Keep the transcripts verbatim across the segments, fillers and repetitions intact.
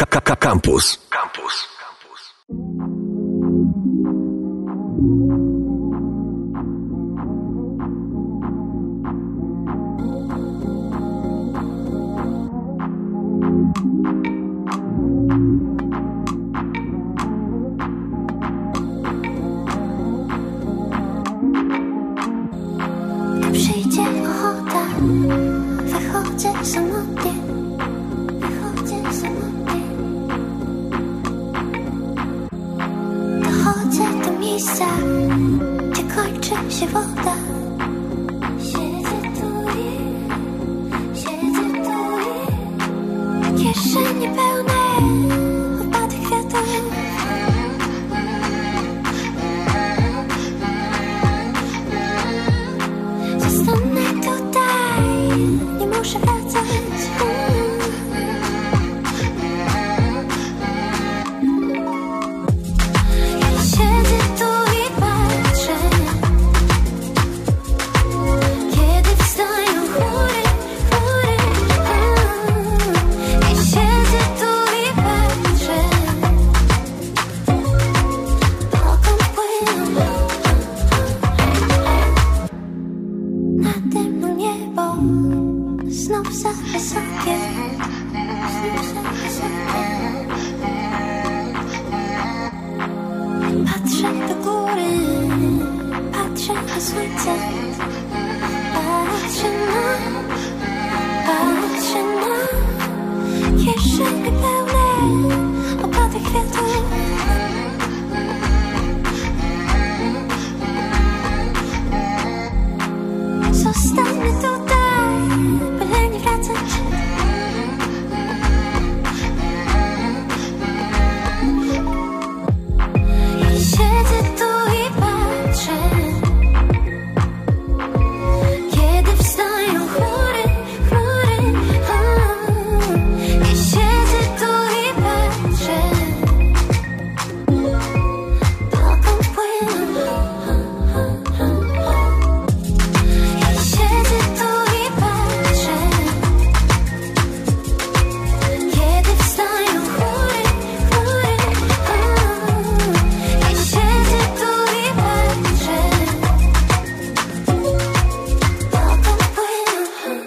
Campus. Campus. Przyjdzie ochota, wychodzę samotnie, wychodzę samotnie. Dochodzę do miejsca, gdzie kończy się woda. Siedzę tu i, siedzę tu i kieszenie pełne opadłych kwiatów. Zostanę tutaj, nie muszę wracać. Siedzę tu i patrzę, kiedy wstają chmury, chmury. I siedzę tu i patrzę, dokąd płyną. Nade mną niebo znów za wysokie, znów za wysokie. Patrzę do góry, patrzę na słońce, patrzę na, patrzę na kieszenie pełne opadłych kwiatów. Zostanę tutaj, byle nie wracać. Siedzę tu i patrzę, kiedy wstają chmury, chmury. I siedzę tu i patrzę, dokąd płyną. Siedzę tu i patrzę, kiedy wstają chmury, chmury. I siedzę tu i patrzę, dokąd płyną.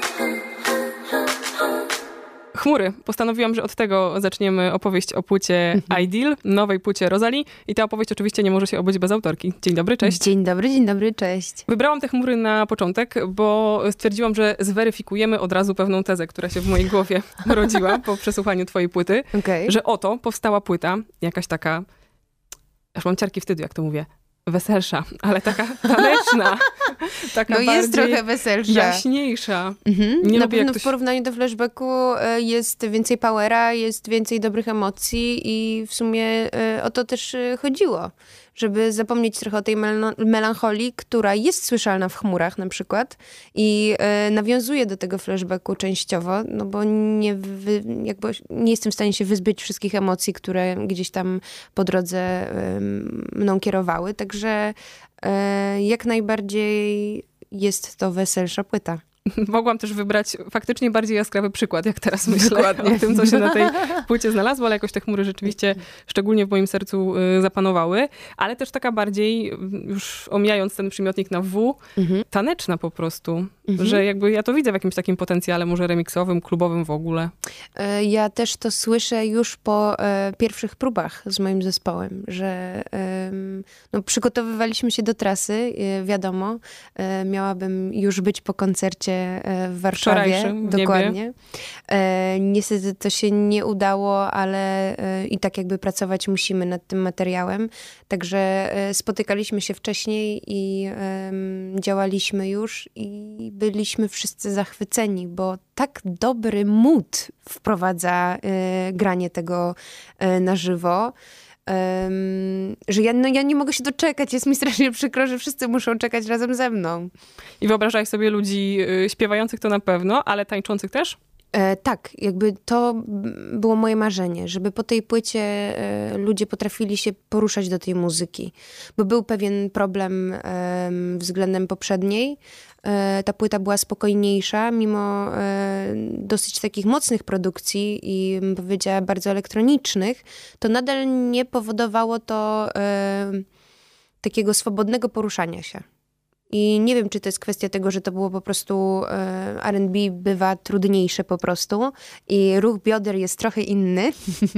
Chmury. Postanowiłam, że od tego zaczniemy opowieść o płycie Ideal, nowej płycie Rosalii. I ta opowieść oczywiście nie może się obyć bez autorki. Dzień dobry, cześć. Dzień dobry, dzień dobry, cześć. Wybrałam te chmury na początek, bo stwierdziłam, że zweryfikujemy od razu pewną tezę, która się w mojej głowie rodziła po przesłuchaniu twojej płyty, Okay. że oto powstała płyta, jakaś taka, aż mam ciarki wstydu, jak to mówię, weselsza, ale taka taneczna, taka No jest bardziej trochę weselsza. jaśniejsza. Mhm. Nie Na lubię, jak pewno to w się... porównaniu do flashbacku e, jest więcej powera, jest więcej dobrych emocji i w sumie e, o to też e, chodziło. Żeby zapomnieć trochę o tej mel- melancholii, która jest słyszalna w chmurach na przykład i e, nawiązuje do tego flashbacku częściowo, no bo nie, wy, jakby nie jestem w stanie się wyzbyć wszystkich emocji, które gdzieś tam po drodze e, mną kierowały. Także e, jak najbardziej jest to weselsza płyta. Mogłam też wybrać faktycznie bardziej jaskrawy przykład, jak teraz myślę Dokładnie. o tym, co się na tej płycie znalazło, ale jakoś te chmury rzeczywiście szczególnie w moim sercu y, zapanowały. Ale też taka bardziej, już omijając ten przymiotnik na W, mhm. taneczna po prostu. Mhm. Że jakby ja to widzę w jakimś takim potencjale, może remiksowym, klubowym w ogóle. Ja też to słyszę już po e, pierwszych próbach z moim zespołem, że e, no, przygotowywaliśmy się do trasy, e, wiadomo, e, miałabym już być po koncercie w Warszawie. W dokładnie. E, niestety to się nie udało, ale e, i tak jakby pracować musimy nad tym materiałem. Także e, spotykaliśmy się wcześniej i e, działaliśmy już i byliśmy wszyscy zachwyceni, bo tak dobry mood wprowadza e, granie tego e, na żywo. Um, że ja, no, ja nie mogę się doczekać. Jest mi strasznie przykro, że wszyscy muszą czekać razem ze mną. I wyobrażaj sobie ludzi y, śpiewających to na pewno, ale tańczących też? E, tak, jakby to było moje marzenie, żeby po tej płycie e, ludzie potrafili się poruszać do tej muzyki. Bo był pewien problem e, względem poprzedniej. Ta płyta była spokojniejsza, mimo dosyć takich mocnych produkcji i bym powiedziała bardzo elektronicznych, to nadal nie powodowało to takiego swobodnego poruszania się. I nie wiem, czy to jest kwestia tego, że to było po prostu R and B bywa trudniejsze po prostu i ruch bioder jest trochę inny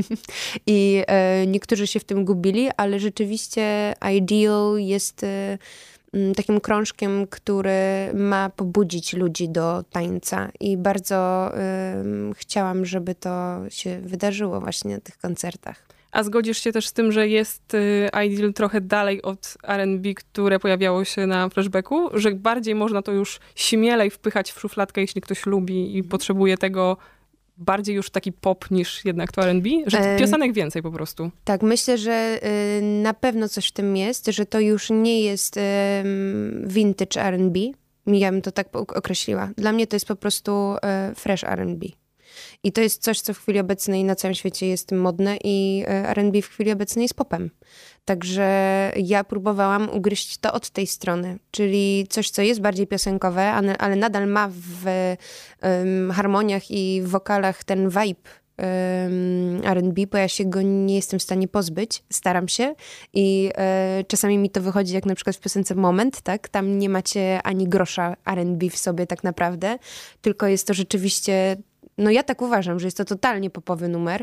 i niektórzy się w tym gubili, ale rzeczywiście Ideal jest takim krążkiem, który ma pobudzić ludzi do tańca i bardzo y, chciałam, żeby to się wydarzyło właśnie na tych koncertach. A zgodzisz się też z tym, że jest y, Ideal trochę dalej od R and B, które pojawiało się na Flashbacku? Że bardziej można to już śmielej wpychać w szufladkę, jeśli ktoś lubi i potrzebuje tego bardziej już taki pop niż jednak to R and B? Że piosenek więcej po prostu. Tak, myślę, że y, na pewno coś w tym jest, że to już nie jest y, vintage R and B. Ja bym to tak określiła. Dla mnie to jest po prostu y, fresh R and B. I to jest coś, co w chwili obecnej na całym świecie jest modne i R and B w chwili obecnej jest popem. Także ja próbowałam ugryźć to od tej strony, czyli coś, co jest bardziej piosenkowe, ale, ale nadal ma w um, harmoniach i w wokalach ten vibe um, R and B, bo ja się go nie jestem w stanie pozbyć, staram się i e, czasami mi to wychodzi jak na przykład w piosence Moment, tak? Tam nie macie ani grosza R and B w sobie tak naprawdę, tylko jest to rzeczywiście... No ja tak uważam, że jest to totalnie popowy numer,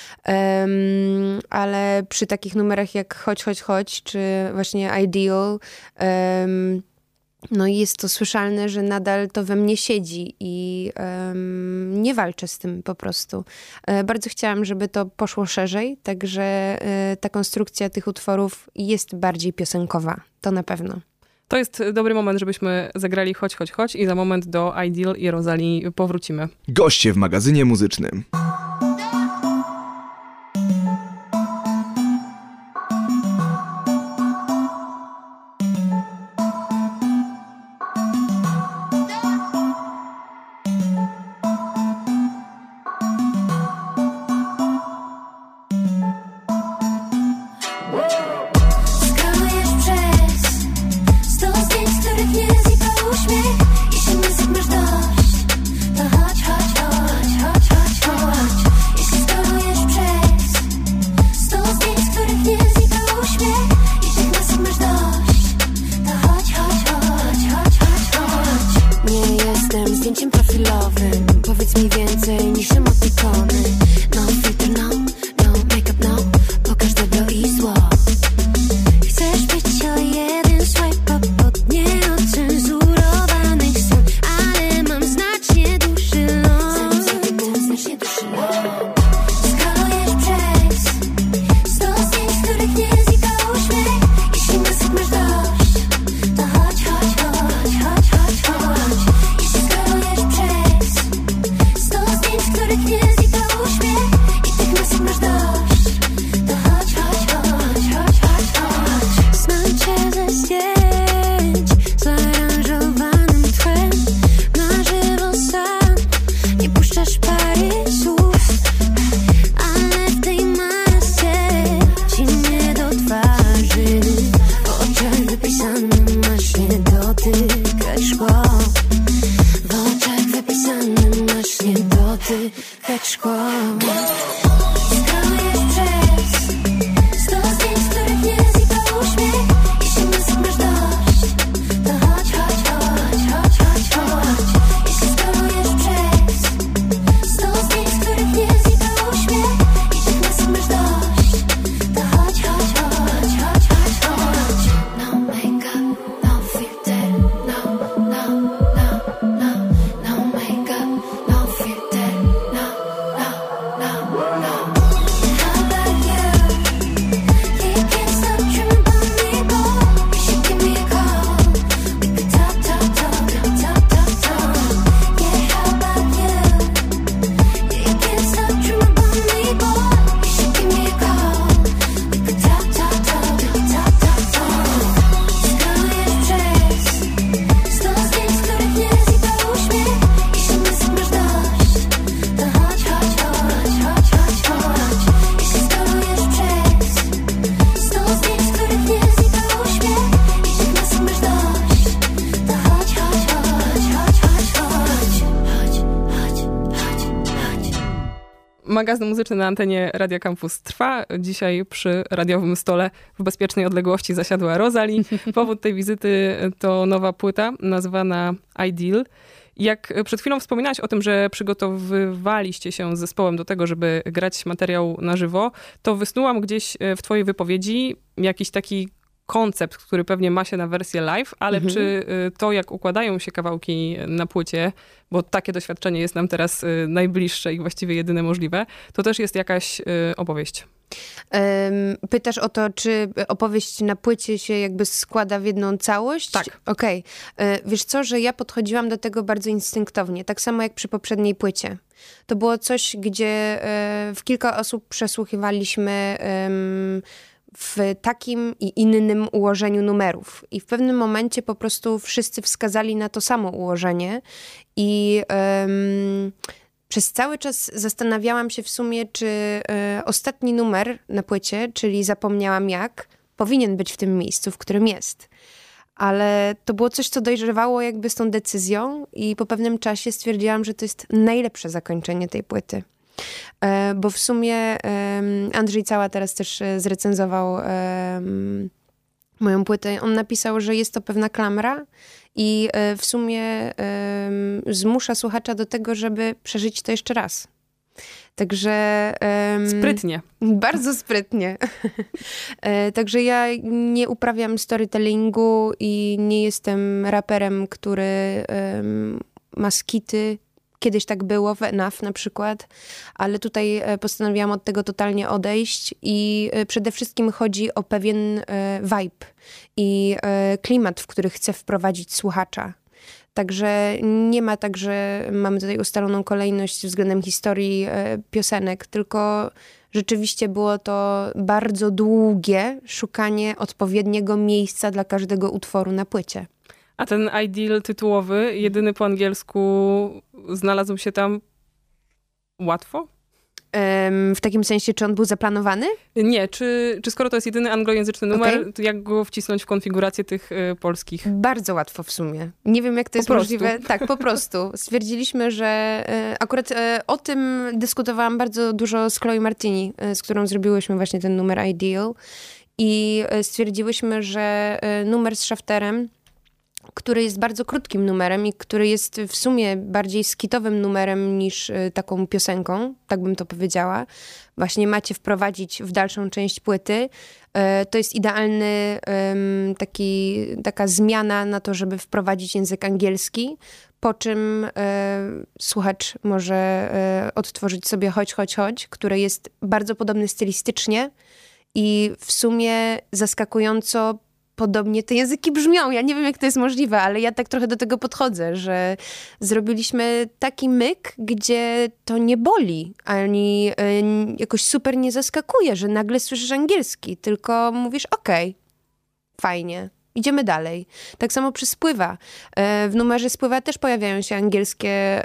um, ale przy takich numerach jak Chodź, Chodź, Chodź, czy właśnie Ideal, um, no jest to słyszalne, że nadal to we mnie siedzi i um, nie walczę z tym po prostu. E, bardzo chciałam, żeby to poszło szerzej, także e, ta konstrukcja tych utworów jest bardziej piosenkowa, to na pewno. To jest dobry moment, żebyśmy zagrali Chodź, Chodź, Chodź i za moment do Ideal i Rosalii powrócimy. Goście w magazynie muzycznym. Uśmiech, jeśli myśl masz dość, to chodź, chodź, chodź, chodź, chodź, chodź. Magazyn muzyczny na antenie Radia Campus trwa. Dzisiaj przy radiowym stole w bezpiecznej odległości zasiadła Rosalie. Powód tej wizyty to nowa płyta nazwana Ideal. Jak przed chwilą wspominałaś o tym, że przygotowywaliście się z zespołem do tego, żeby grać materiał na żywo, to wysnułam gdzieś w twojej wypowiedzi jakiś taki koncept, który pewnie ma się na wersję live, ale mhm. czy to, jak układają się kawałki na płycie, bo takie doświadczenie jest nam teraz najbliższe i właściwie jedyne możliwe, to też jest jakaś opowieść. Pytasz o to, czy opowieść na płycie się jakby składa w jedną całość? Tak. Okej. Okay. Wiesz co, że ja podchodziłam do tego bardzo instynktownie, tak samo jak przy poprzedniej płycie. To było coś, gdzie w kilka osób przesłuchiwaliśmy w takim i innym ułożeniu numerów. I w pewnym momencie po prostu wszyscy wskazali na to samo ułożenie i um, przez cały czas zastanawiałam się w sumie, czy y, ostatni numer na płycie, czyli Zapomniałam jak, powinien być w tym miejscu, w którym jest. Ale to było coś, co dojrzewało jakby z tą decyzją i po pewnym czasie stwierdziłam, że to jest najlepsze zakończenie tej płyty. E, bo w sumie e, Andrzej Cała teraz też zrecenzował e, moją płytę. On napisał, że jest to pewna klamra i e, w sumie e, zmusza słuchacza do tego, żeby przeżyć to jeszcze raz. Także... E, sprytnie. Bardzo sprytnie. e, także ja nie uprawiam storytellingu i nie jestem raperem, który e, ma skity. Kiedyś tak było w Enough na przykład, ale tutaj postanowiłam od tego totalnie odejść i przede wszystkim chodzi o pewien vibe i klimat, w który chcę wprowadzić słuchacza. Także nie ma tak, że mamy tutaj ustaloną kolejność względem historii piosenek, tylko rzeczywiście było to bardzo długie szukanie odpowiedniego miejsca dla każdego utworu na płycie. A ten Ideal tytułowy, jedyny po angielsku, znalazł się tam łatwo? W takim sensie, czy on był zaplanowany? Nie, czy, czy skoro to jest jedyny anglojęzyczny numer, okay. to jak go wcisnąć w konfigurację tych y, polskich? Bardzo łatwo w sumie. Nie wiem, jak to po jest prostu. możliwe. Tak, po prostu. Stwierdziliśmy, że y, akurat y, o tym dyskutowałam bardzo dużo z Chloe Martini, y, z którą zrobiłyśmy właśnie ten numer Ideal i y, stwierdziłyśmy, że y, numer z Shafterem, który jest bardzo krótkim numerem i który jest w sumie bardziej skitowym numerem niż y, taką piosenką, tak bym to powiedziała. Właśnie macie wprowadzić w dalszą część płyty. Y, to jest idealny y, taki, taka zmiana na to, żeby wprowadzić język angielski, po czym y, słuchacz może y, odtworzyć sobie Chodź, chodź, chodź, które jest bardzo podobne stylistycznie i w sumie zaskakująco podobnie te języki brzmią. Ja nie wiem, jak to jest możliwe, ale ja tak trochę do tego podchodzę, że zrobiliśmy taki myk, gdzie to nie boli, ani y, jakoś super nie zaskakuje, że nagle słyszysz angielski, tylko mówisz okej, okay, fajnie, idziemy dalej. Tak samo przy Spływa. W numerze Spływa też pojawiają się angielskie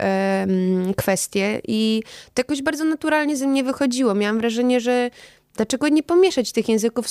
y, kwestie i to jakoś bardzo naturalnie ze mnie wychodziło. Miałam wrażenie, że dlaczego nie pomieszać tych języków,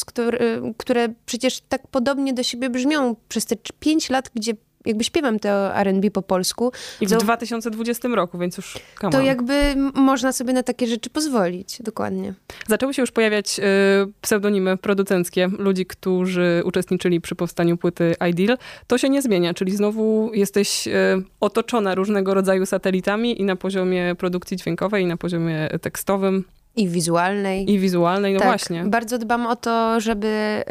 które przecież tak podobnie do siebie brzmią przez te pięć lat, gdzie jakby śpiewam to R and B po polsku. I w to, dwa tysiące dwudziestym roku, więc już come to on. jakby można sobie na takie rzeczy pozwolić, dokładnie. Zaczęły się już pojawiać y, pseudonimy producenckie ludzi, którzy uczestniczyli przy powstaniu płyty Ideal. To się nie zmienia, czyli znowu jesteś y, otoczona różnego rodzaju satelitami i na poziomie produkcji dźwiękowej, i na poziomie tekstowym. I wizualnej. I wizualnej, no tak, właśnie. Bardzo dbam o to, żeby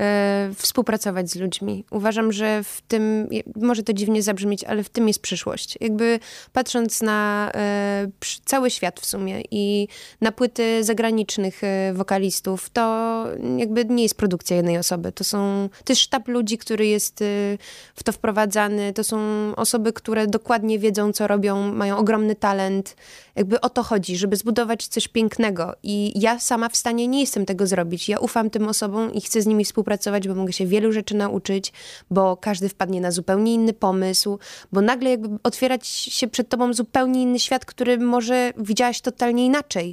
e, współpracować z ludźmi. Uważam, że w tym, może to dziwnie zabrzmieć, ale w tym jest przyszłość. Jakby patrząc na e, cały świat w sumie i na płyty zagranicznych e, wokalistów, to jakby nie jest produkcja jednej osoby. To są, to jest sztab ludzi, który jest e, w to wprowadzany. To są osoby, które dokładnie wiedzą, co robią, mają ogromny talent. Jakby o to chodzi, żeby zbudować coś pięknego. I ja sama w stanie nie jestem tego zrobić. Ja ufam tym osobom i chcę z nimi współpracować, bo mogę się wielu rzeczy nauczyć, bo każdy wpadnie na zupełnie inny pomysł, bo nagle jakby otwierać się przed tobą zupełnie inny świat, który może widziałaś totalnie inaczej.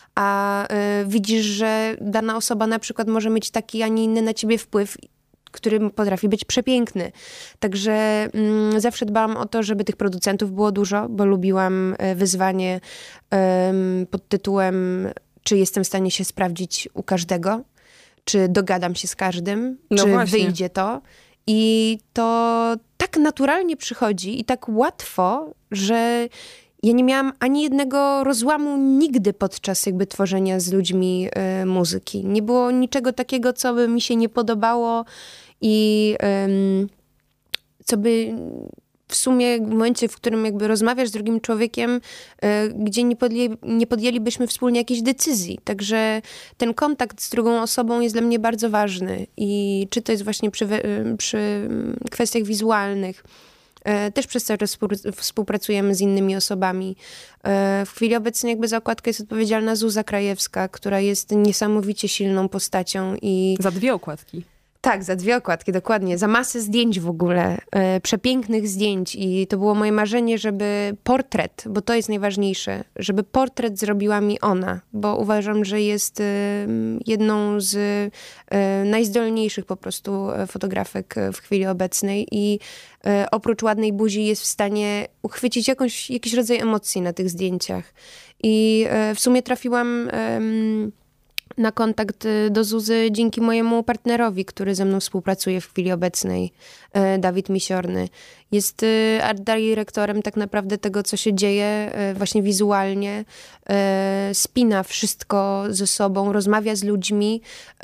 A y, widzisz, że dana osoba na przykład może mieć taki, a nie inny na ciebie wpływ, który potrafi być przepiękny. Także mm, zawsze dbałam o to, żeby tych producentów było dużo, bo lubiłam wyzwanie um, pod tytułem czy jestem w stanie się sprawdzić u każdego, czy dogadam się z każdym, No czy właśnie. wyjdzie to. I to tak naturalnie przychodzi i tak łatwo, że ja nie miałam ani jednego rozłamu nigdy podczas jakby tworzenia z ludźmi y, muzyki. Nie było niczego takiego, co by mi się nie podobało i ym, co by w sumie w momencie, w którym jakby rozmawiasz z drugim człowiekiem, y, gdzie nie, podjęli, nie podjęlibyśmy wspólnie jakiejś decyzji. Także ten kontakt z drugą osobą jest dla mnie bardzo ważny. I czy to jest właśnie przy, wy- przy kwestiach wizualnych, y, też przez cały czas współ- współpracujemy z innymi osobami. Y, w chwili obecnej jakby za okładkę jest odpowiedzialna Zuza Krajewska, która jest niesamowicie silną postacią i Za dwie okładki. tak, za dwie okładki, dokładnie. Za masę zdjęć w ogóle, e, przepięknych zdjęć i to było moje marzenie, żeby portret, bo to jest najważniejsze, żeby portret zrobiła mi ona, bo uważam, że jest e, jedną z e, najzdolniejszych po prostu e, fotografek w chwili obecnej i e, oprócz ładnej buzi jest w stanie uchwycić jakąś, jakiś rodzaj emocji na tych zdjęciach. I e, w sumie trafiłam... em, na kontakt do Zuzy dzięki mojemu partnerowi, który ze mną współpracuje w chwili obecnej, Dawid Misiorny. Jest art dyrektorem tak naprawdę tego, co się dzieje właśnie wizualnie. Spina wszystko ze sobą, rozmawia z ludźmi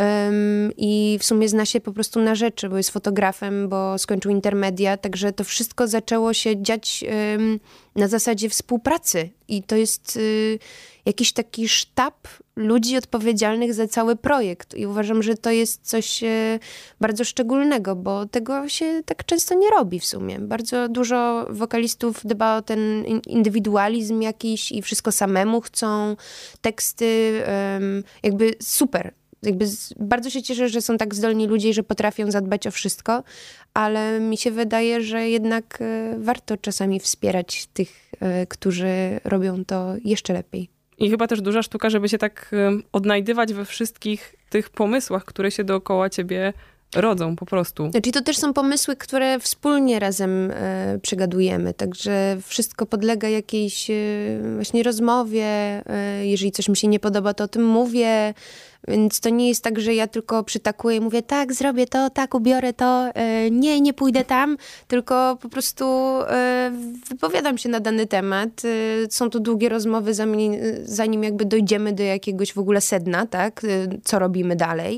i w sumie zna się po prostu na rzeczy, bo jest fotografem, bo skończył intermedia, także to wszystko zaczęło się dziać na zasadzie współpracy i to jest jakiś taki sztab ludzi odpowiedzialnych za cały projekt i uważam, że to jest coś bardzo szczególnego, bo tego się tak często nie robi w sumie. Bardzo dużo wokalistów dba o ten indywidualizm jakiś i wszystko samemu chcą, teksty, jakby super. Jakby z, bardzo się cieszę, że są tak zdolni ludzie i że potrafią zadbać o wszystko, ale mi się wydaje, że jednak y, warto czasami wspierać tych, y, którzy robią to jeszcze lepiej. I chyba też duża sztuka, żeby się tak y, odnajdywać we wszystkich tych pomysłach, które się dookoła ciebie rodzą po prostu. Znaczy to też są pomysły, które wspólnie razem e, przegadujemy, także wszystko podlega jakiejś e, właśnie rozmowie. E, jeżeli coś mi się nie podoba, to o tym mówię, więc to nie jest tak, że ja tylko przytakuję i mówię tak, zrobię to, tak, ubiorę to, e, nie, nie pójdę tam, tylko po prostu e, wypowiadam się na dany temat. E, są to długie rozmowy, zanim, zanim jakby dojdziemy do jakiegoś w ogóle sedna, tak, e, co robimy dalej.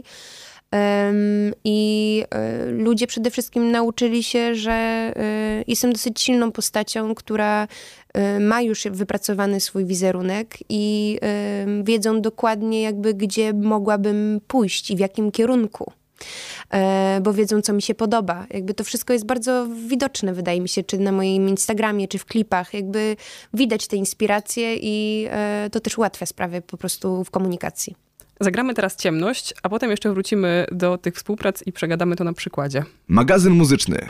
Um, I y, ludzie przede wszystkim nauczyli się, że y, jestem dosyć silną postacią, która y, ma już wypracowany swój wizerunek i y, wiedzą dokładnie jakby gdzie mogłabym pójść i w jakim kierunku. Y, bo wiedzą, co mi się podoba. Jakby to wszystko jest bardzo widoczne, wydaje mi się, czy na moim Instagramie, czy w klipach. Jakby widać te inspiracje i y, to też ułatwia sprawę po prostu w komunikacji. Zagramy teraz Ciemność, a potem jeszcze wrócimy do tych współprac i przegadamy to na przykładzie. Magazyn muzyczny.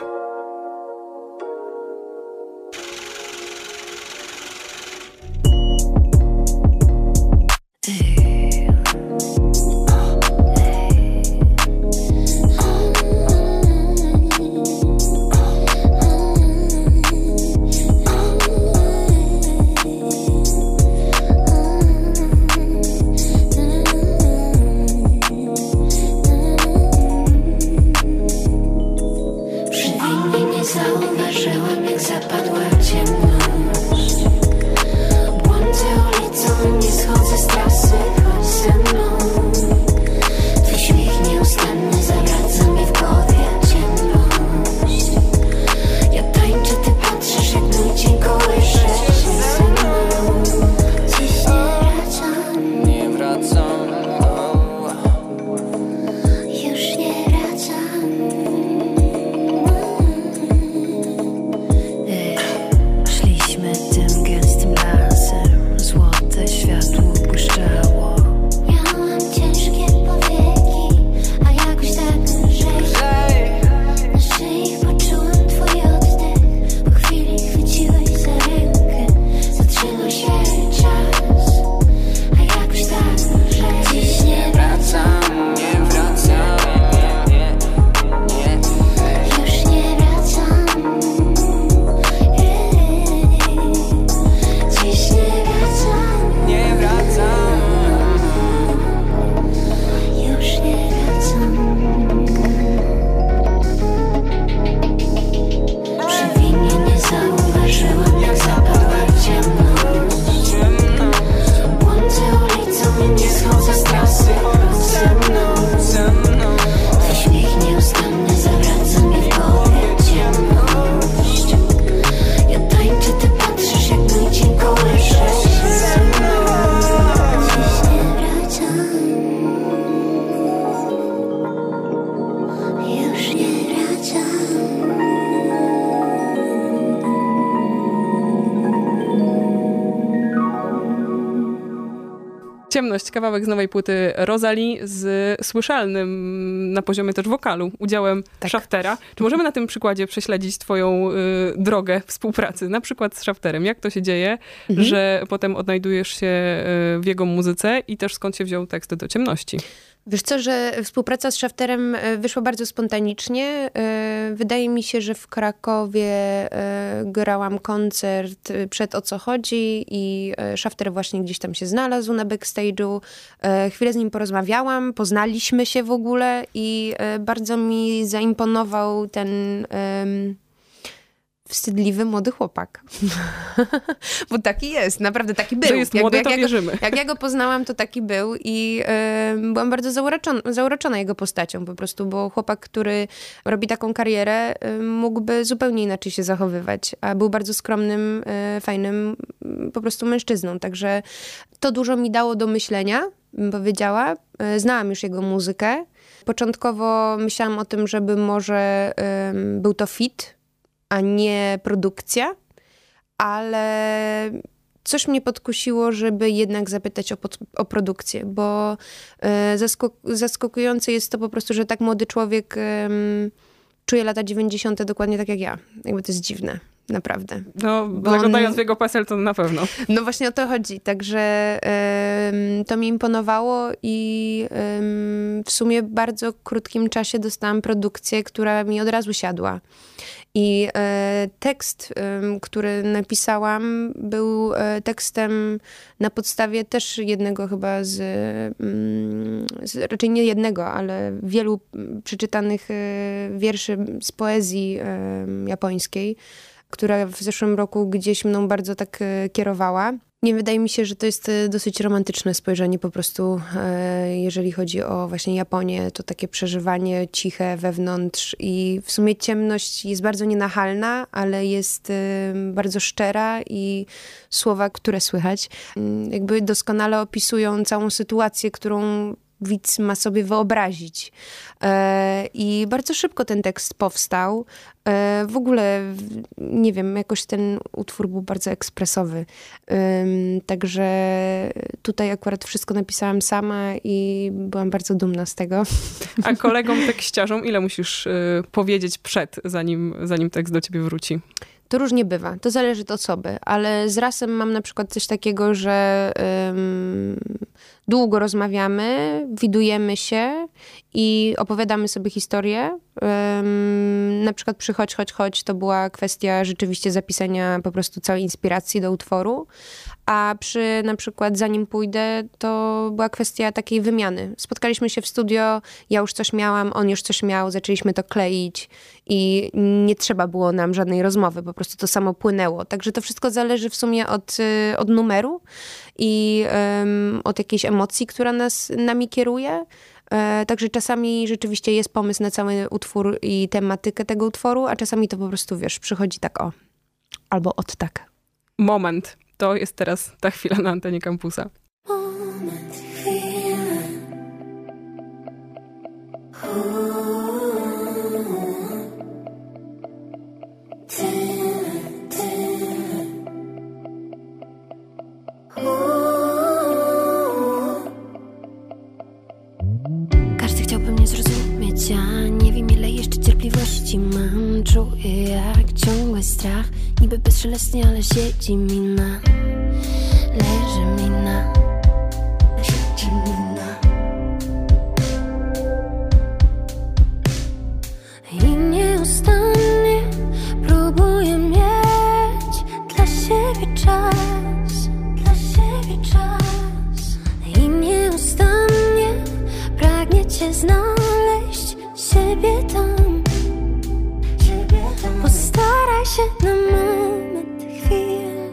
Przywitać Ciemność, kawałek z nowej płyty Rosalie z słyszalnym na poziomie też wokalu udziałem Tak. Shaftera. Czy możemy na tym przykładzie prześledzić twoją y, drogę współpracy, na przykład z Shafterem? Jak to się dzieje, mhm. że potem odnajdujesz się y, w jego muzyce i też skąd się wziął tekst do Ciemności? Wiesz co, że współpraca z Shafterem wyszła bardzo spontanicznie. Wydaje mi się, że w Krakowie grałam koncert przed O co chodzi i Shafter właśnie gdzieś tam się znalazł na backstage'u. Chwilę z nim porozmawiałam, poznaliśmy się w ogóle i bardzo mi zaimponował ten wstydliwy młody chłopak. Bo taki jest, naprawdę taki był. Że jest młody, Jakby, to jak wierzymy. Ja go, jak ja go poznałam, to taki był i y, byłam bardzo zauroczona, zauroczona jego postacią po prostu, bo chłopak, który robi taką karierę, y, mógłby zupełnie inaczej się zachowywać, a był bardzo skromnym, y, fajnym y, po prostu mężczyzną. Także to dużo mi dało do myślenia, bym powiedziała. Y, znałam już jego muzykę. Początkowo myślałam o tym, żeby może y, był to feat, a nie produkcja, ale coś mnie podkusiło, żeby jednak zapytać o, pod, o produkcję, bo y, zaskok, zaskakujące jest to po prostu, że tak młody człowiek y, czuje lata dziewięćdziesiąte dokładnie tak jak ja. Jakby to jest dziwne. Naprawdę. No, zaglądając on... w jego PESEL, to na pewno. No właśnie o to chodzi. Także ym, to mi imponowało i ym, w sumie w bardzo krótkim czasie dostałam produkcję, która mi od razu siadła. I e, tekst, e, który napisałam, był e, tekstem na podstawie też jednego chyba z, mm, z, raczej nie jednego, ale wielu przeczytanych e, wierszy z poezji e, japońskiej, która w zeszłym roku gdzieś mną bardzo tak e, kierowała. Nie wydaje mi się, że to jest dosyć romantyczne spojrzenie po prostu, jeżeli chodzi o właśnie Japonię, to takie przeżywanie ciche wewnątrz i w sumie Ciemność jest bardzo nienachalna, ale jest bardzo szczera i słowa, które słychać, jakby doskonale opisują całą sytuację, którą widz ma sobie wyobrazić. I bardzo szybko ten tekst powstał. W ogóle, nie wiem, jakoś ten utwór był bardzo ekspresowy. Także tutaj akurat wszystko napisałam sama i byłam bardzo dumna z tego. A kolegom tekściarzom ile musisz powiedzieć przed, zanim, zanim tekst do ciebie wróci? To różnie bywa. To zależy od osoby, ale z Rasem mam na przykład coś takiego, że um, długo rozmawiamy, widujemy się i opowiadamy sobie historię. Um, na przykład przy Chodź, Chodź, Chodź to była kwestia rzeczywiście zapisania po prostu całej inspiracji do utworu, a przy na przykład Zanim pójdę to była kwestia takiej wymiany. Spotkaliśmy się w studio, ja już coś miałam, on już coś miał, zaczęliśmy to kleić i nie trzeba było nam żadnej rozmowy, po prostu to samo płynęło. Także to wszystko zależy w sumie od, od numeru i um, od jakiejś emocji, która nas, nami kieruje. E, także czasami rzeczywiście jest pomysł na cały utwór i tematykę tego utworu, a czasami to po prostu, wiesz, przychodzi tak o, albo od tak. Moment. To jest teraz ta chwila na antenie kampusa. Moment, chwila. Tyle, tyle. Każdy chciałby mnie zrozumieć, a nie wiem ile jeszcze cierpliwości mam. Czuję jak ciągły strach, niby bezszelestnie, ale siedzi mi na, leży mi na, siedzi mi na. I nieustannie próbuję mieć dla siebie czas, dla siebie czas. I nieustannie pragnie cię znaleźć, siebie tam, siebie tam. Postaraj się na moment, chwilę,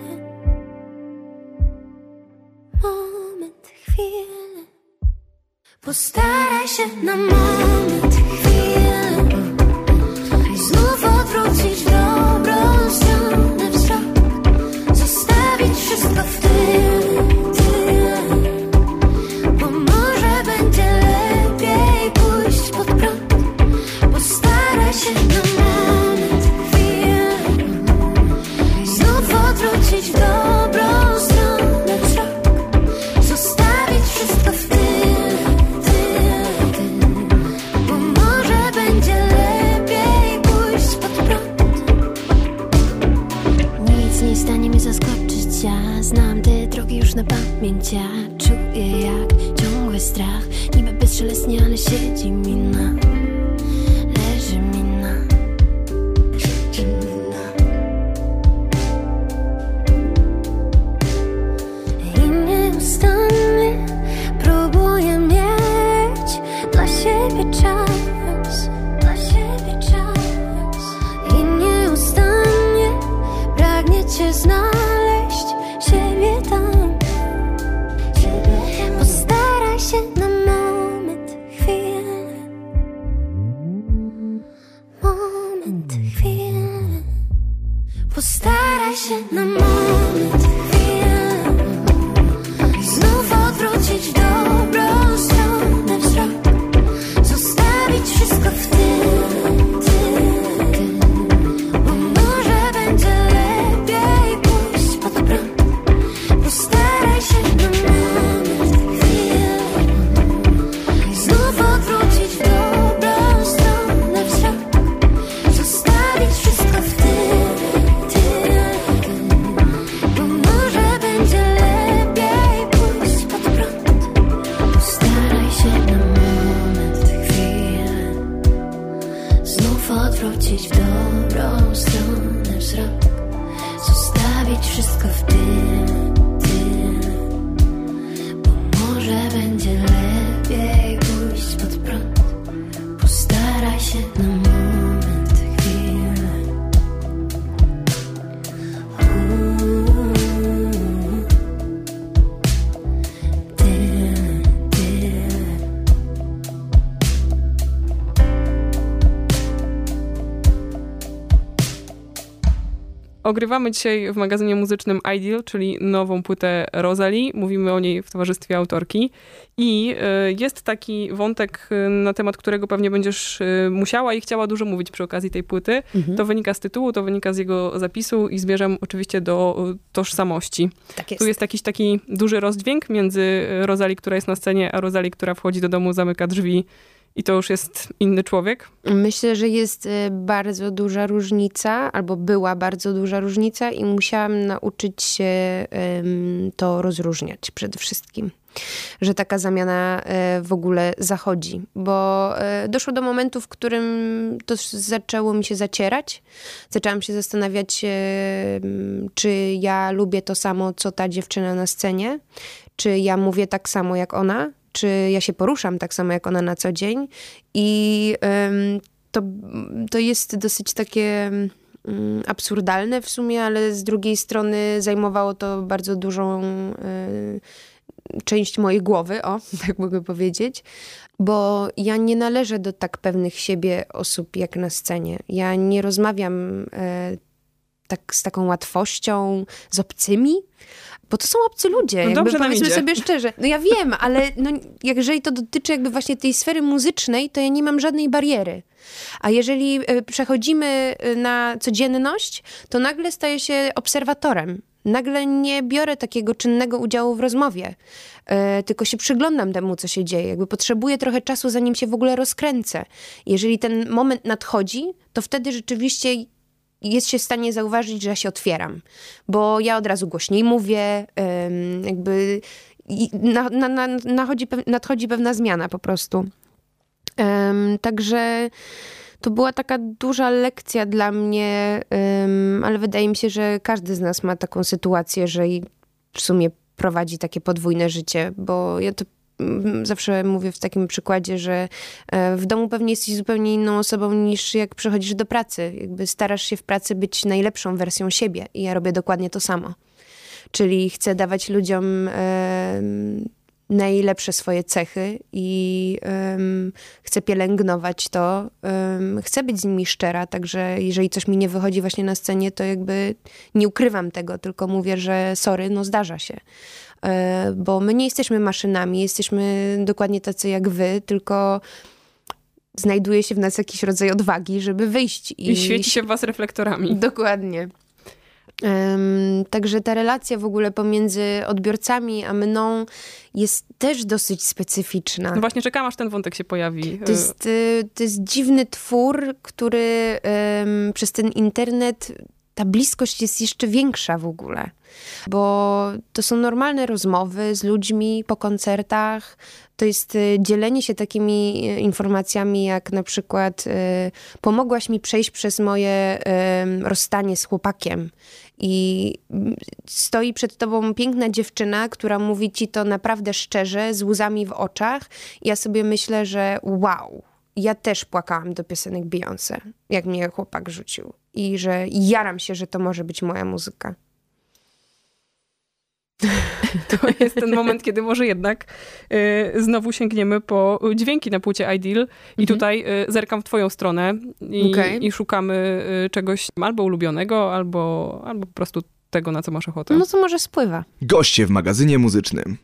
moment, chwilę. Postaraj się na moment, chwilę. Znów odwrócić w dobrą stronę wzrok, zostawić wszystko w tyle, tyle. Bo może będzie lepiej pójść pod prąd. Postaraj się na moment, chwilę. Znów odwrócić w dobrą stronę wzrok, zostawić wszystko. napięcia. Czuję jak ciągły strach, niby bezszelestnie, ale siedzi mi na, leży mi na, leży mi na. I nieustannie próbuję mieć dla siebie czas, dla siebie czas. I nieustannie pragnie cię znaleźć, siebie tam. Postaraj się na moment, chwilę, moment, chwilę. Postaraj się na moment, chwilę, znów odwrócić w dobrą stronę wzrok, zostawić wszystko w tym, tym, bo może będzie lepiej pójść pod prąd. Postaraj się na moment, chwilę, znów odwrócić w dobrą stronę wzrok, zostawić wszystko w tym, tym, bo może będzie lepiej pójść pod prąd. Postaraj się na moment, chwilę, znów odwrócić w dobrą stronę wzrok, zostawić wszystko w tym, tym, bo może będzie lepiej pójść pod prąd. Postaraj się na moment, chwilę. Uuu, tyle, tyle. Ogrywamy dzisiaj w magazynie muzycznym Ideal, czyli nową płytę Rosalie. Mówimy o niej w towarzystwie autorki. I y, jest taki wątek, y, na temat którego pewnie będziesz y, musiała i chciała dużo mówić przy okazji tej płyty. Mhm. To wynika z tytułu, to wynika z jego zapisu i zmierzam oczywiście do y, tożsamości. Tak jest. Tu jest jakiś taki duży rozdźwięk między Rosalie, która jest na scenie, a Rosalie, która wchodzi do domu, zamyka drzwi i to już jest inny człowiek. Myślę, że jest y, bardzo duża różnica, albo była bardzo duża różnica i musiałam nauczyć się ym, to rozróżniać przede wszystkim. Że taka zamiana y, w ogóle zachodzi. Bo y, doszło do momentu, w którym to zaczęło mi się zacierać. Zaczęłam się zastanawiać, y, czy ja lubię to samo, co ta dziewczyna na scenie. Czy ja mówię tak samo, jak ona. Czy ja się poruszam tak samo jak ona na co dzień. I ym, to, to jest dosyć takie ym, absurdalne w sumie, ale z drugiej strony zajmowało to bardzo dużą y, część mojej głowy, o, tak mogę powiedzieć. Bo ja nie należę do tak pewnych siebie osób jak na scenie. Ja nie rozmawiam y, tak z taką łatwością z obcymi, bo to są obcy ludzie, no jakby dobrze powiedzmy nam idzie. sobie szczerze. No ja wiem, ale no, jeżeli to dotyczy jakby właśnie tej sfery muzycznej, to ja nie mam żadnej bariery. A jeżeli przechodzimy na codzienność, to nagle staję się obserwatorem. Nagle nie biorę takiego czynnego udziału w rozmowie, tylko się przyglądam temu, co się dzieje. Jakby potrzebuję trochę czasu, zanim się w ogóle rozkręcę. Jeżeli ten moment nadchodzi, to wtedy rzeczywiście jest się w stanie zauważyć, że ja się otwieram. Bo ja od razu głośniej mówię, jakby na, na, na, nadchodzi, nadchodzi pewna zmiana po prostu. Także to była taka duża lekcja dla mnie, ale wydaje mi się, że każdy z nas ma taką sytuację, że w sumie prowadzi takie podwójne życie, bo ja to zawsze mówię w takim przykładzie, że w domu pewnie jesteś zupełnie inną osobą niż jak przychodzisz do pracy. Jakby starasz się w pracy być najlepszą wersją siebie i ja robię dokładnie to samo. Czyli chcę dawać ludziom e, najlepsze swoje cechy i e, chcę pielęgnować to. E, chcę być z nimi szczera, także jeżeli coś mi nie wychodzi właśnie na scenie, to jakby nie ukrywam tego, tylko mówię, że sorry, no zdarza się. Bo my nie jesteśmy maszynami, jesteśmy dokładnie tacy jak wy, tylko znajduje się w nas jakiś rodzaj odwagi, żeby wyjść. I, I świeci się w was reflektorami. Dokładnie. Um, także ta relacja w ogóle pomiędzy odbiorcami a mną jest też dosyć specyficzna. No właśnie czekam, aż ten wątek się pojawi. To jest, to jest dziwny twór, który um, przez ten internet ta bliskość jest jeszcze większa w ogóle, bo to są normalne rozmowy z ludźmi po koncertach, to jest dzielenie się takimi informacjami, jak na przykład pomogłaś mi przejść przez moje rozstanie z chłopakiem i stoi przed tobą piękna dziewczyna, która mówi ci to naprawdę szczerze, z łzami w oczach. Ja sobie myślę, że wow, ja też płakałam do piosenek Beyoncé, jak mnie chłopak rzucił. I że jaram się, że to może być moja muzyka. To jest ten moment, kiedy może jednak y, znowu sięgniemy po dźwięki na płycie Ideal. I mhm. tutaj y, zerkam w twoją stronę i, okay. i szukamy y, czegoś albo ulubionego, albo, albo po prostu tego, na co masz ochotę. No to może spływa. Goście w magazynie muzycznym.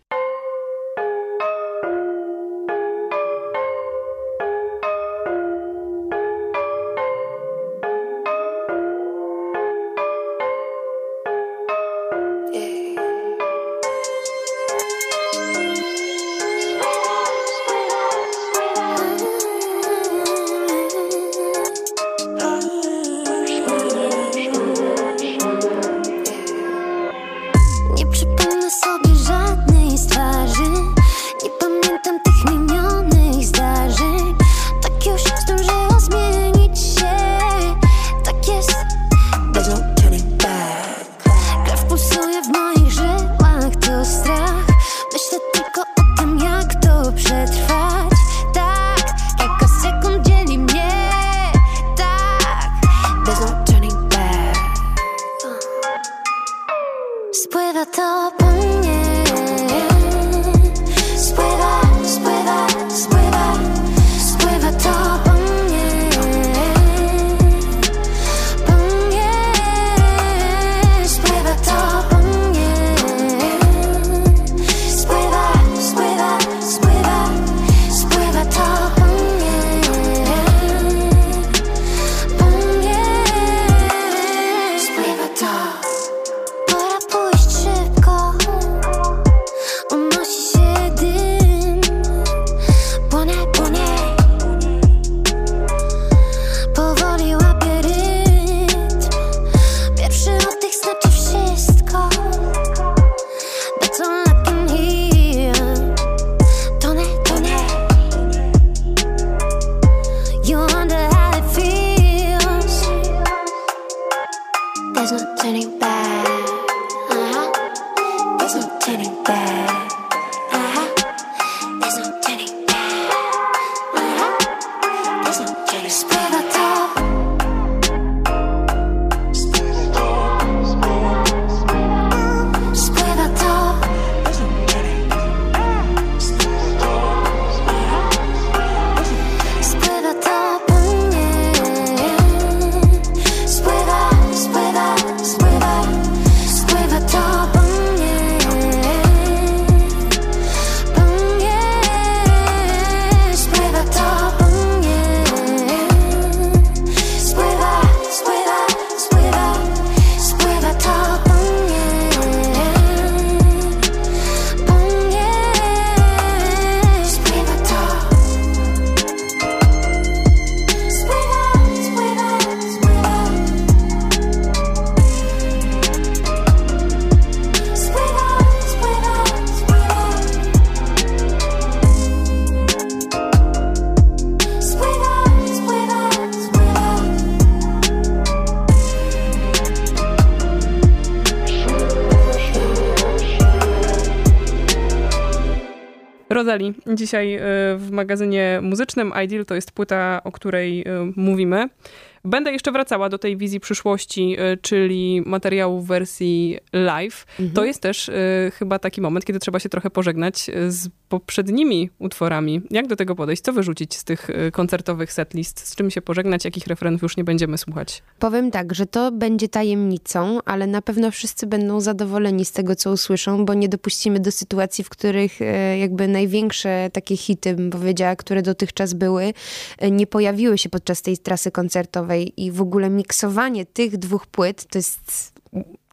Rosalie, dzisiaj w magazynie muzycznym Ideal to jest płyta, o której mówimy. Będę jeszcze wracała do tej wizji przyszłości, czyli materiału w wersji live. Mhm. To jest też y, chyba taki moment, kiedy trzeba się trochę pożegnać z poprzednimi utworami. Jak do tego podejść? Co wyrzucić z tych koncertowych setlist? Z czym się pożegnać? Jakich refrenów już nie będziemy słuchać? Powiem tak, że to będzie tajemnicą, ale na pewno wszyscy będą zadowoleni z tego, co usłyszą, bo nie dopuścimy do sytuacji, w których y, jakby największe takie hity, bym powiedziała, które dotychczas były, y, nie pojawiły się podczas tej trasy koncertowej. I w ogóle miksowanie tych dwóch płyt to jest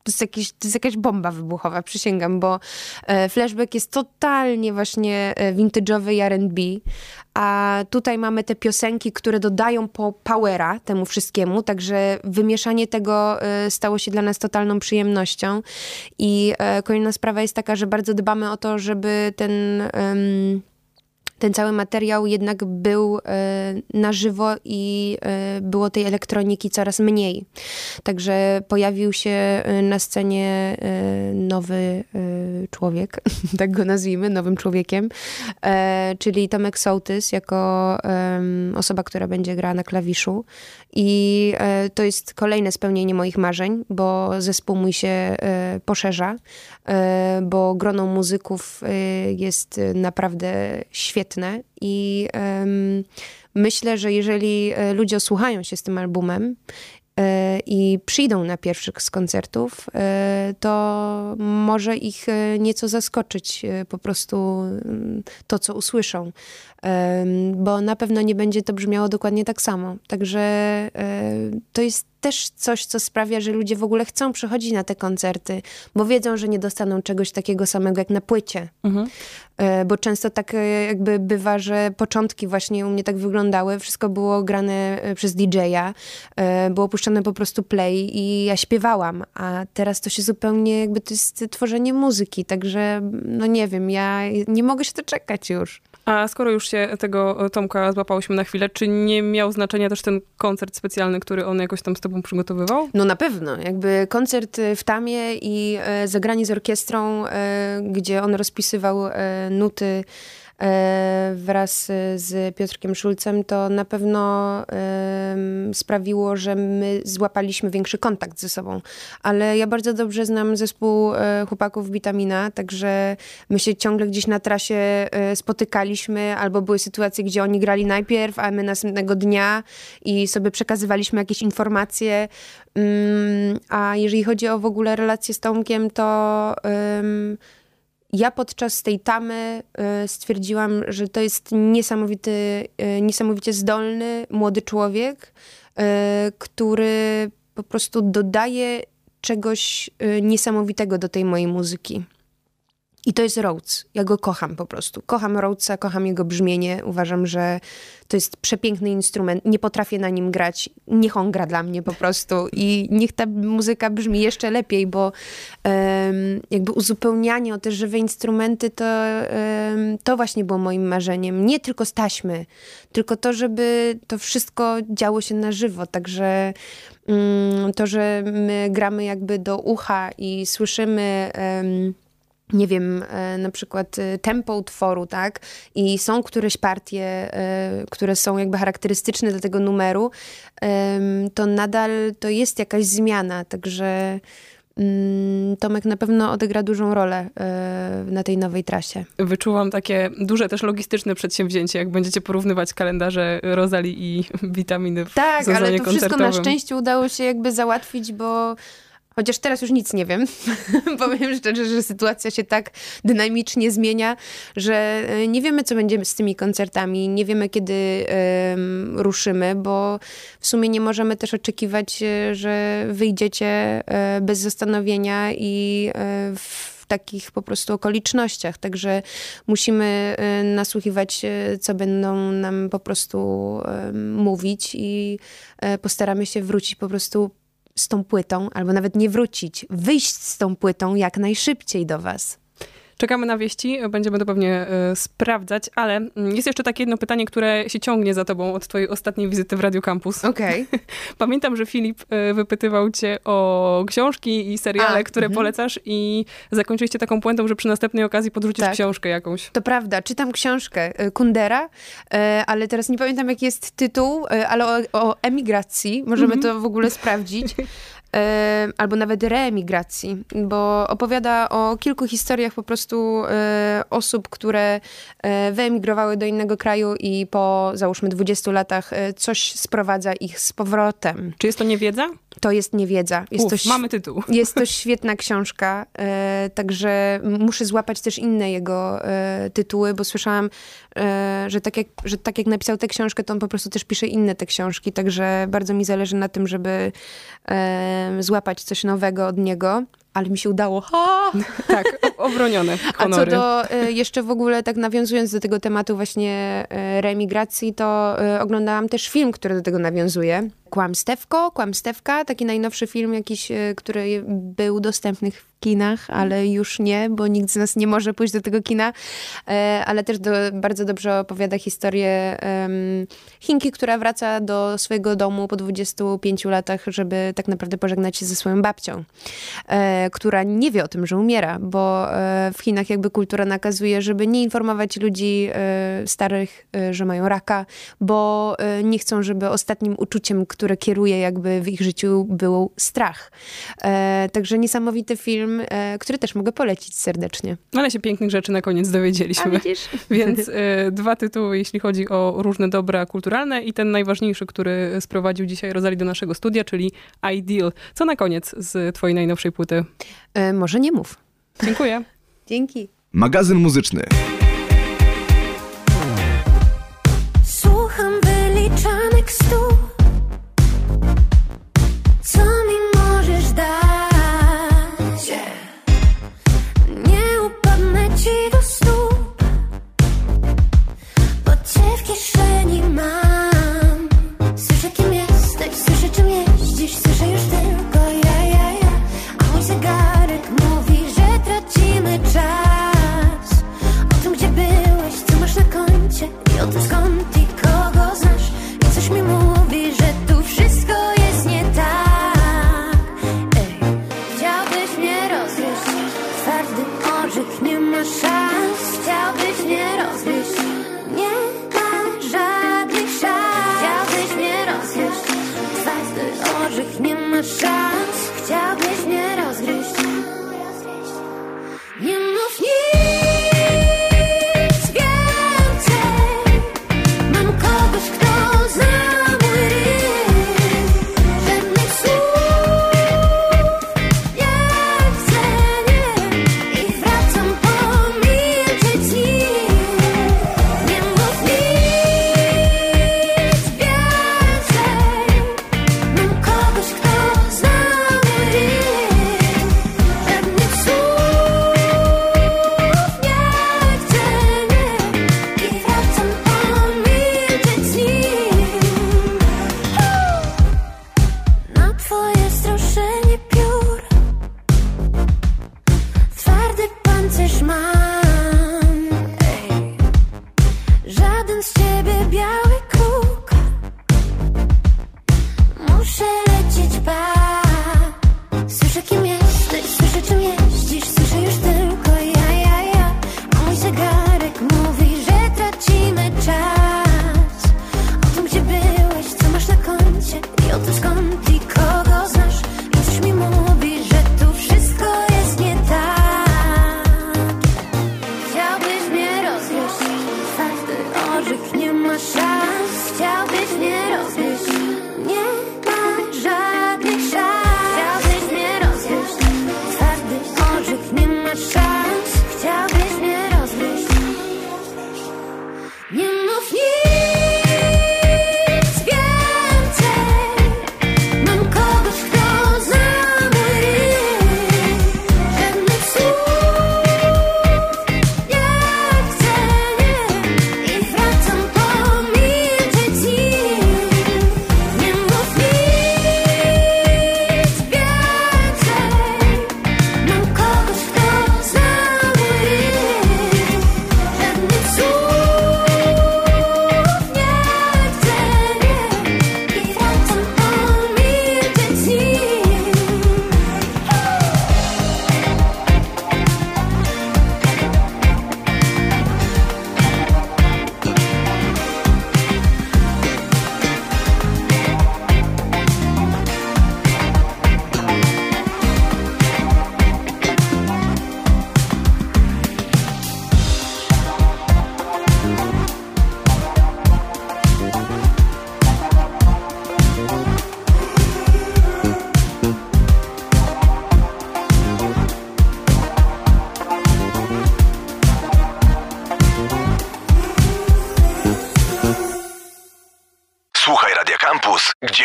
To jest, jakiś, to jest jakaś bomba wybuchowa, przysięgam, bo e, Flashback jest totalnie właśnie e, vintage'owy i R and B, a tutaj mamy te piosenki, które dodają po powera temu wszystkiemu, także wymieszanie tego e, stało się dla nas totalną przyjemnością. I e, kolejna sprawa jest taka, że bardzo dbamy o to, żeby ten... Um, ten cały materiał jednak był e, na żywo i e, było tej elektroniki coraz mniej. Także pojawił się na scenie e, nowy e, człowiek, tak go nazwijmy, nowym człowiekiem, e, czyli Tomek Sołtys jako e, osoba, która będzie grała na klawiszu. I e, to jest kolejne spełnienie moich marzeń, bo zespół mój się e, poszerza, e, bo grono muzyków e, jest naprawdę świetne i e, myślę, że jeżeli ludzie osłuchają się z tym albumem e, i przyjdą na pierwszy z koncertów, e, to może ich nieco zaskoczyć e, po prostu to, co usłyszą. Bo na pewno nie będzie to brzmiało dokładnie tak samo. Także to jest też coś, co sprawia, że ludzie w ogóle chcą przychodzić na te koncerty, bo wiedzą, że nie dostaną czegoś takiego samego jak na płycie. Mhm. Bo często tak jakby bywa, że początki właśnie u mnie tak wyglądały. Wszystko było grane przez D J a, było puszczane po prostu play i ja śpiewałam, a teraz to się zupełnie jakby to jest tworzenie muzyki, także no nie wiem, ja nie mogę się doczekać już. A skoro już się tego Tomka złapałyśmy na chwilę, czy nie miał znaczenia też ten koncert specjalny, który on jakoś tam z tobą przygotowywał? No na pewno. Jakby koncert w Tamie i e, zagranie z orkiestrą, e, gdzie on rozpisywał e, nuty wraz z Piotrkiem Szulcem, to na pewno um, sprawiło, że my złapaliśmy większy kontakt ze sobą. Ale ja bardzo dobrze znam zespół e, chłopaków Vitamina, także my się ciągle gdzieś na trasie e, spotykaliśmy, albo były sytuacje, gdzie oni grali najpierw, a my następnego dnia i sobie przekazywaliśmy jakieś informacje. Um, a jeżeli chodzi o w ogóle relacje z Tomkiem, to um, ja podczas tej Tamy y, stwierdziłam, że to jest niesamowity, y, niesamowicie zdolny, młody człowiek, y, który po prostu dodaje czegoś y, niesamowitego do tej mojej muzyki. I to jest Rhodes. Ja go kocham po prostu. Kocham Rhodesa, kocham jego brzmienie. Uważam, że to jest przepiękny instrument. Nie potrafię na nim grać. Niech on gra dla mnie po prostu. I niech ta muzyka brzmi jeszcze lepiej, bo um, jakby uzupełnianie o te żywe instrumenty, to, um, to właśnie było moim marzeniem. Nie tylko z taśmy, tylko to, żeby to wszystko działo się na żywo. Także um, to, że my gramy jakby do ucha i słyszymy... Um, nie wiem, na przykład tempo utworu, tak? I są któreś partie, które są jakby charakterystyczne dla tego numeru, to nadal to jest jakaś zmiana, także Tomek na pewno odegra dużą rolę na tej nowej trasie. Wyczuwam takie duże też logistyczne przedsięwzięcie, jak będziecie porównywać kalendarze Rozali i Witaminy w tak, sezonie ale to koncertowym. Wszystko na szczęście udało się jakby załatwić, bo chociaż teraz już nic nie wiem. Powiem szczerze, że sytuacja się tak dynamicznie zmienia, że nie wiemy, co będzie z tymi koncertami. Nie wiemy, kiedy um, ruszymy, bo w sumie nie możemy też oczekiwać, że wyjdziecie um, bez zastanowienia i um, w takich po prostu okolicznościach. Także musimy um, nasłuchiwać, co będą nam po prostu um, mówić i um, postaramy się wrócić po prostu z tą płytą, albo nawet nie wrócić, wyjść z tą płytą jak najszybciej do was. Czekamy na wieści, będziemy to pewnie y, sprawdzać, ale jest jeszcze takie jedno pytanie, które się ciągnie za tobą od twojej ostatniej wizyty w Radio Campus. Okej. Okay. Pamiętam, że Filip y, wypytywał cię o książki i seriale, A, które mm-hmm. polecasz i zakończyliście taką puentą, że przy następnej okazji podrzucisz tak. książkę jakąś. To prawda, czytam książkę Kundera, y, ale teraz nie pamiętam, jaki jest tytuł, y, ale o, o emigracji, możemy mm-hmm. to w ogóle sprawdzić. Albo nawet reemigracji, bo opowiada o kilku historiach po prostu e, osób, które e, wyemigrowały do innego kraju i po, załóżmy, dwudziestu latach e, coś sprowadza ich z powrotem. Czy jest to niewiedza? to jest niewiedza. Jest Uf, to, mamy tytuł. Jest to świetna książka, e, także muszę złapać też inne jego e, tytuły, bo słyszałam, e, że, tak jak, że tak jak napisał tę książkę, to on po prostu też pisze inne te książki, także bardzo mi zależy na tym, żeby e, złapać coś nowego od niego. Ale mi się udało. Ha! Tak, obronione honory. A co do y, jeszcze w ogóle, tak nawiązując do tego tematu właśnie y, reemigracji, to y, oglądałam też film, który do tego nawiązuje. Kłamstewko, Kłamstewka, taki najnowszy film jakiś, y, który był dostępny w kinach, ale już nie, bo nikt z nas nie może pójść do tego kina, y, ale też do, bardzo dobrze opowiada historię y, Chinki, która wraca do swojego domu po dwudziestu pięciu latach, żeby tak naprawdę pożegnać się ze swoją babcią, y, która nie wie o tym, że umiera, bo y, w Chinach jakby kultura nakazuje, żeby nie informować ludzi y, starych, y, że mają raka, bo y, nie chcą, żeby ostatnim uczuciem, które kieruje jakby w ich życiu, był strach. E, także niesamowity film, e, który też mogę polecić serdecznie. Ale się pięknych rzeczy na koniec dowiedzieliśmy. A widzisz? Więc e, dwa tytuły, jeśli chodzi o różne dobra kulturalne i ten najważniejszy, który sprowadził dzisiaj Rosalie do naszego studia, czyli Ideal. Co na koniec z twojej najnowszej płyty? E, może nie mów. Dziękuję. Dzięki. Magazyn muzyczny. Słucham wyliczanych stóp. Co mi możesz dać? Nie upadnę ci do stóp, bo cię w kieszeni mam. Słyszę, kim jesteś, słyszę, czym jeździsz, słyszę już tylko ja, ja, ja. A mój zegarek mówi, że tracimy czas. O tym, gdzie byłeś, co masz na koncie i o tym, skąd i kogo znasz. I coś mi mówi, że tu wszystko jest nie tak. Nie ma szans, chciałbyś mnie rozgryźć. Nie ma żadnych szans. Chciałbyś mnie rozgryźć. Twardy orzech, nie ma szans. Chciałbyś mnie rozgryźć. Nie mów nic więcej. Mam kogoś, kto zna mój rytm. Żadnych słów nie chcę, nie. I wracam pomilczeć z nim. Nie mów nic więcej. Mam kogoś, kto zna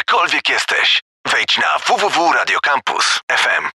gdziekolwiek jesteś. Wejdź na w w w kropka radio campus kropka f m.